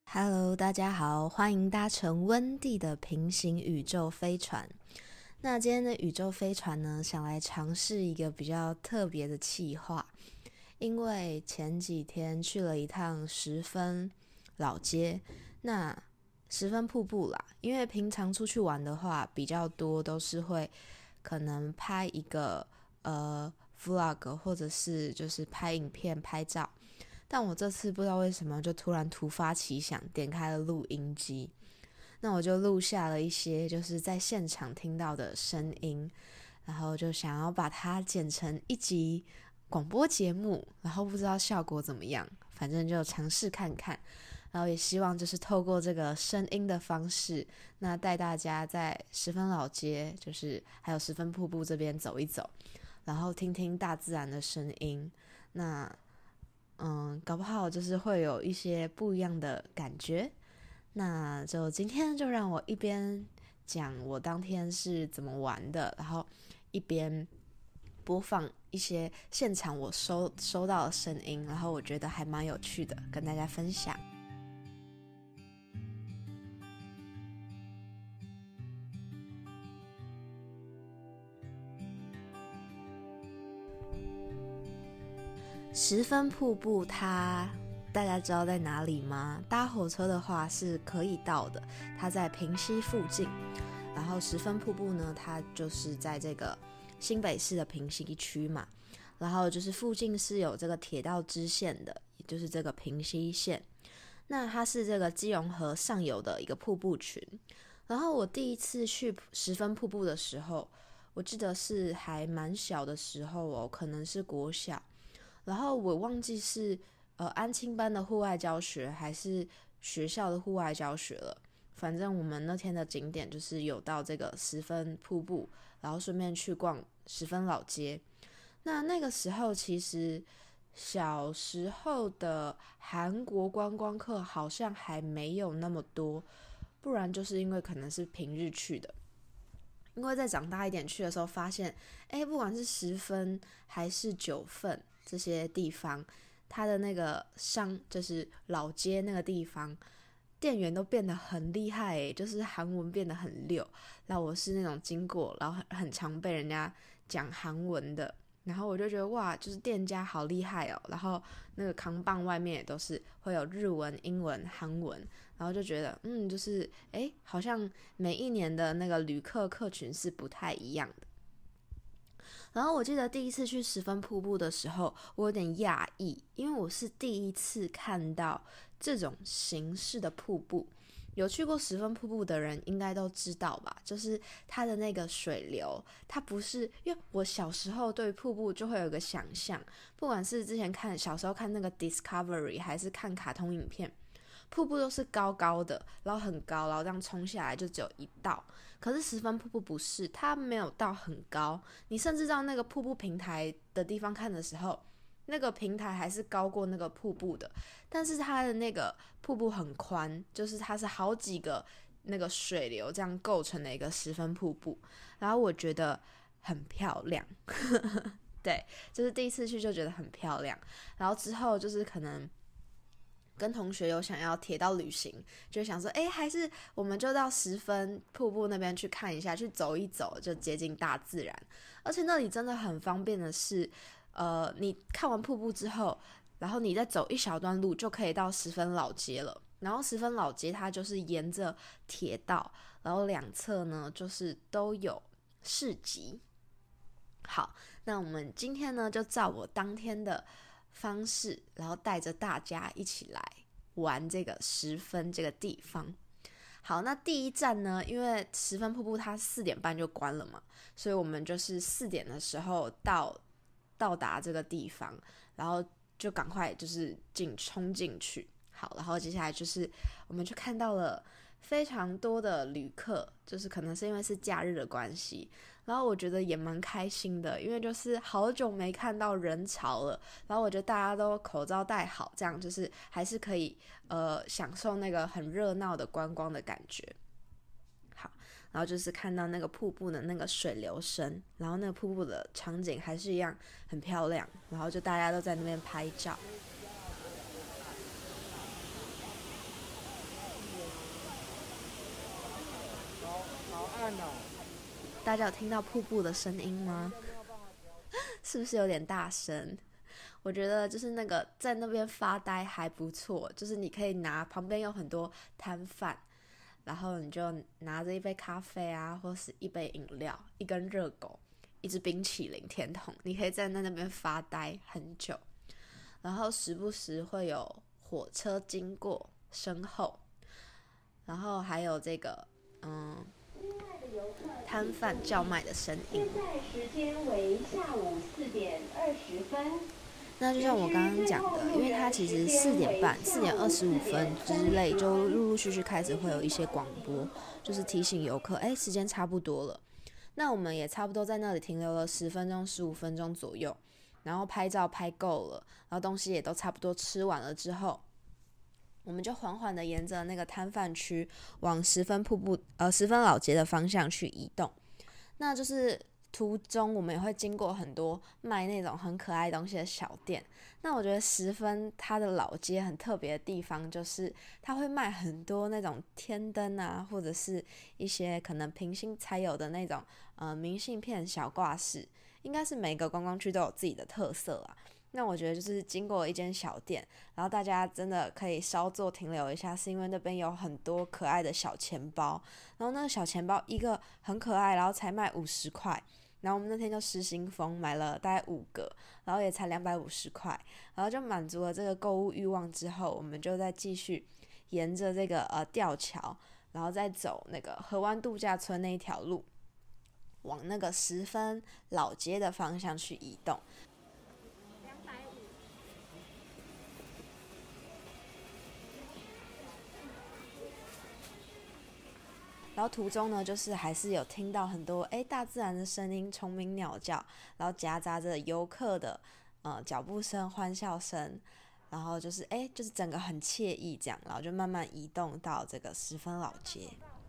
Hello，大家好，欢迎搭乘温蒂的平行宇宙飞船。那今天的宇宙飞船呢，想来尝试一个比较特别的企划，因为前几天去了一趟十分老街，那十分瀑布啦。因为平常出去玩的话，比较多都是会可能拍一个vlog， 或者是就是拍影片拍照。但我这次不知道为什么就突然突发奇想，点开了录音机，那我就录下了一些就是在现场听到的声音，然后就想要把它剪成一集广播节目，然后不知道效果怎么样，反正就尝试看看，然后也希望就是透过这个声音的方式，那带大家在十分老街，就是还有十分瀑布这边走一走，然后听听大自然的声音，那搞不好就是会有一些不一样的感觉。那就今天就让我一边讲我当天是怎么玩的，然后一边播放一些现场我收到的声音，然后我觉得还蛮有趣的，跟大家分享。十分瀑布大家知道在哪里吗？搭火车的话是可以到的，它在平溪附近。然后十分瀑布呢，它就是在这个新北市的平溪区嘛，然后就是附近是有这个铁道支线的，也就是这个平溪线。那它是这个基隆河上游的一个瀑布群。然后我第一次去十分瀑布的时候，我记得是还蛮小的时候哦，可能是国小。然后我忘记是安亲班的户外教学还是学校的户外教学了，反正我们那天的景点就是有到这个十分瀑布，然后顺便去逛十分老街。那个时候其实小时候的韩国观光客好像还没有那么多，不然就是因为可能是平日去的。因为再长大一点去的时候发现，不管是十分还是九份这些地方，它的那个就是老街那个地方，店员都变得很厉害就是韩文变得很溜。然后我是那种经过然后很常被人家讲韩文的，然后我就觉得哇，就是店家好厉害哦。然后那个扛棒外面也都是会有日文、英文、韩文，然后就觉得就是好像每一年的那个旅客客群是不太一样的。然后我记得第一次去十分瀑布的时候，我有点讶异，因为我是第一次看到这种形式的瀑布。有去过十分瀑布的人应该都知道吧，就是它的那个水流，它不是，因为我小时候对瀑布就会有个想象，不管是之前小时候看那个 Discovery 还是看卡通影片，瀑布都是高高的，然后很高，然后这样冲下来就只有一道。可是十分瀑布不是，它没有到很高，你甚至到那个瀑布平台的地方看的时候，那个平台还是高过那个瀑布的，但是它的那个瀑布很宽，就是它是好几个那个水流这样构成的一个十分瀑布，然后我觉得很漂亮对，就是第一次去就觉得很漂亮，然后之后就是可能跟同学有想要铁道旅行，就想说还是我们就到十分瀑布那边去看一下，去走一走，就接近大自然。而且那里真的很方便的是你看完瀑布之后，然后你再走一小段路就可以到十分老街了。然后十分老街它就是沿着铁道，然后两侧呢就是都有市集。好，那我们今天呢就照我当天的方式，然后带着大家一起来玩这个十分这个地方。好，那第一站呢，因为十分瀑布它4点半就关了嘛，所以我们就是4点的时候到达这个地方，然后就赶快就是冲进去。好，然后接下来就是我们就看到了非常多的旅客，就是可能是因为是假日的关系，然后我觉得也蛮开心的，因为就是好久没看到人潮了，然后我觉得大家都口罩戴好，这样就是还是可以享受那个很热闹的观光的感觉。好，然后就是看到那个瀑布的那个水流声，然后那个瀑布的场景还是一样很漂亮，然后就大家都在那边拍照。 大家有听到瀑布的声音吗？是不是有点大声？我觉得就是那个在那边发呆还不错，就是你可以旁边有很多摊贩，然后你就拿着一杯咖啡啊，或是一杯饮料，一根热狗，一支冰淇淋甜筒，你可以在那边发呆很久。然后时不时会有火车经过身后，然后还有这个摊贩叫卖的声音。现在时间为下午4点20分。那就像我刚刚讲的，因为它其实4点半、4点25分之类，就陆陆续续开始会有一些广播，就是提醒游客，时间差不多了。那我们也差不多在那里停留了10分钟、15分钟左右，然后拍照拍够了，然后东西也都差不多吃完了之后，我们就缓缓的沿着那个摊贩区往十分老街的方向去移动。那就是途中我们也会经过很多卖那种很可爱东西的小店。那我觉得十分它的老街很特别的地方，就是它会卖很多那种天灯啊，或者是一些可能平心才有的那种明信片小挂饰，应该是每个观光区都有自己的特色啊。那我觉得就是经过一间小店，然后大家真的可以稍作停留一下，是因为那边有很多可爱的小钱包，然后那个小钱包一个很可爱，然后才卖50块，然后我们那天就失心疯买了大概5个，然后也才250块，然后就满足了这个购物欲望之后，我们就再继续沿着这个吊桥，然后再走那个河湾度假村那一条路，往那个十分老街的方向去移动。然后途中呢，就是还是有听到很多大自然的声音，虫鸣鸟叫，然后夹杂着游客的脚步声、欢笑声，然后就是就是整个很惬意这样，然后就慢慢移动到这个十分老街。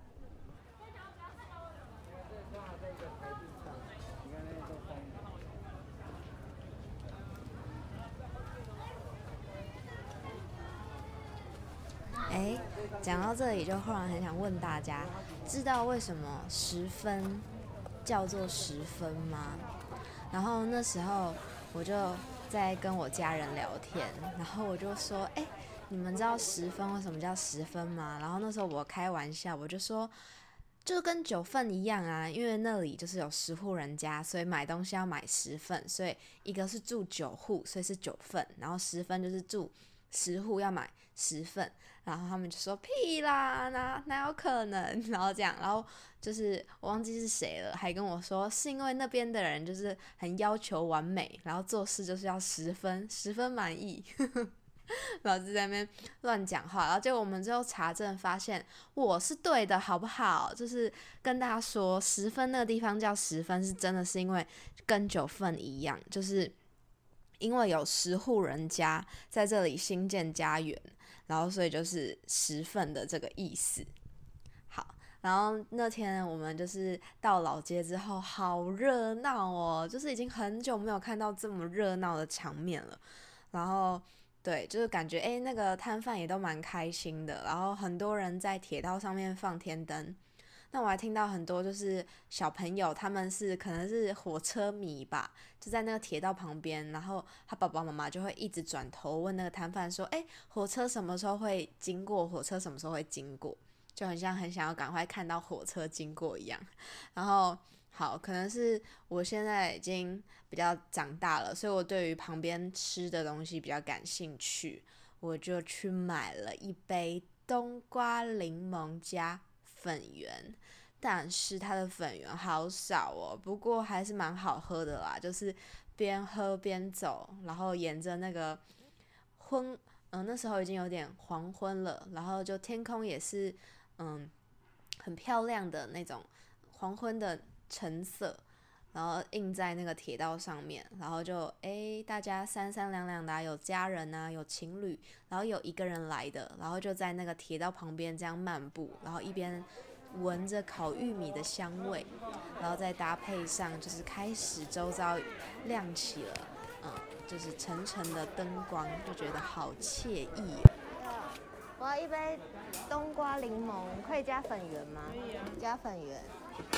讲到这里就忽然很想问大家，知道为什么十分叫做十分吗？然后那时候我就在跟我家人聊天，然后我就说你们知道10分为什么叫10分吗？然后那时候我开玩笑，我就说就跟9份一样啊，因为那里就是有10户人家，所以买东西要买10份，所以一个是住9户，所以是9份，然后10分就是住10户要买10份，然后他们就说屁啦，哪有可能？然后这样，然后就是我忘记是谁了，还跟我说是因为那边的人就是很要求完美，然后做事就是要10分，10分满意。然后就在那边乱讲话，然后结果我们最后查证发现我是对的，好不好？就是跟大家说，10分那个地方叫10分，是真的是因为跟9份一样，就是因为有10户人家在这里新建家园，然后所以就是10份的这个意思。好，然后那天我们就是到老街之后，好热闹哦，就是已经很久没有看到这么热闹的场面了。然后对，就是感觉那个摊贩也都蛮开心的，然后很多人在铁道上面放天灯。那我还听到很多就是小朋友，他们可能是火车迷吧，就在那个铁道旁边，然后他爸爸妈妈就会一直转头问那个摊贩说火车什么时候会经过，火车什么时候会经过，就很像很想要赶快看到火车经过一样。然后好，可能是我现在已经比较长大了，所以我对于旁边吃的东西比较感兴趣，我就去买了一杯冬瓜柠檬加粉圆，但是它的粉圆好少哦，不过还是蛮好喝的啦，就是边喝边走，然后沿着那个那时候已经有点黄昏了，然后就天空也是很漂亮的那种黄昏的橙色，然后印在那个铁道上面，然后就大家三三两两的有家人啊，有情侣，然后有一个人来的，然后就在那个铁道旁边这样漫步，然后一边闻着烤玉米的香味，然后再搭配上就是开始周遭亮起了就是沉沉的灯光，就觉得好惬意。我要一杯冬瓜柠檬，可以加粉圆吗？可以啊，加粉圆。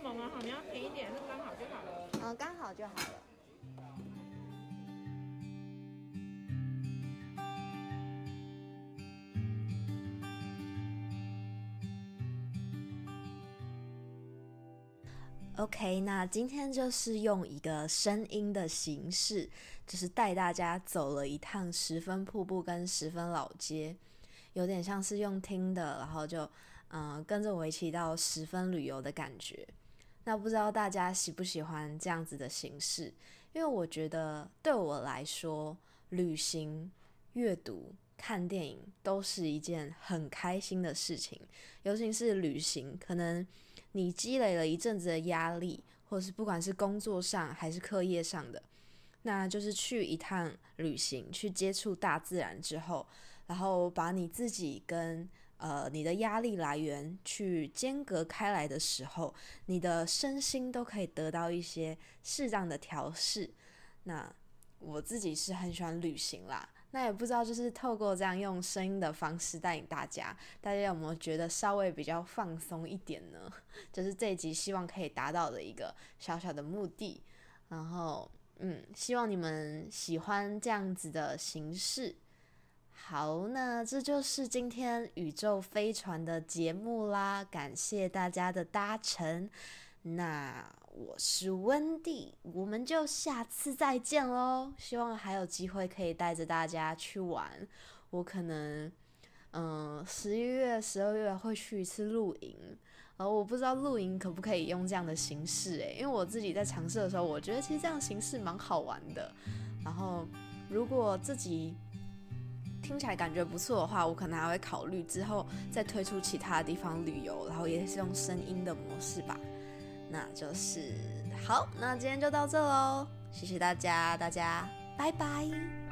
么吗？好，你要甜一点，是刚好就好了。 刚好就好了。OK， 那今天就是用一个声音的形式，就是带大家走了一趟十分瀑布跟十分老街，有点像是用听的，然后就跟着我一起到十分旅游的感觉。那不知道大家喜不喜欢这样子的形式？因为我觉得对我来说，旅行、阅读、看电影都是一件很开心的事情，尤其是旅行，可能你积累了一阵子的压力，或是不管是工作上还是课业上的，那就是去一趟旅行，去接触大自然之后，然后把你自己跟你的压力来源去间隔开来的时候，你的身心都可以得到一些适当的调试。那我自己是很喜欢旅行啦，那也不知道就是透过这样用声音的方式带领大家有没有觉得稍微比较放松一点呢？就是这一集希望可以达到的一个小小的目的。然后希望你们喜欢这样子的形式。好，那这就是今天宇宙飞船的节目啦，感谢大家的搭乘。那我是温蒂，我们就下次再见咯，希望还有机会可以带着大家去玩。我可能11月、12月会去一次露营，我不知道露营可不可以用这样的形式因为我自己在尝试的时候，我觉得其实这样的形式蛮好玩的。然后如果自己听起来感觉不错的话，我可能还会考虑之后再推出其他的地方旅游，然后也是用声音的模式吧。那就是好，那今天就到这咯，谢谢大家，大家拜拜。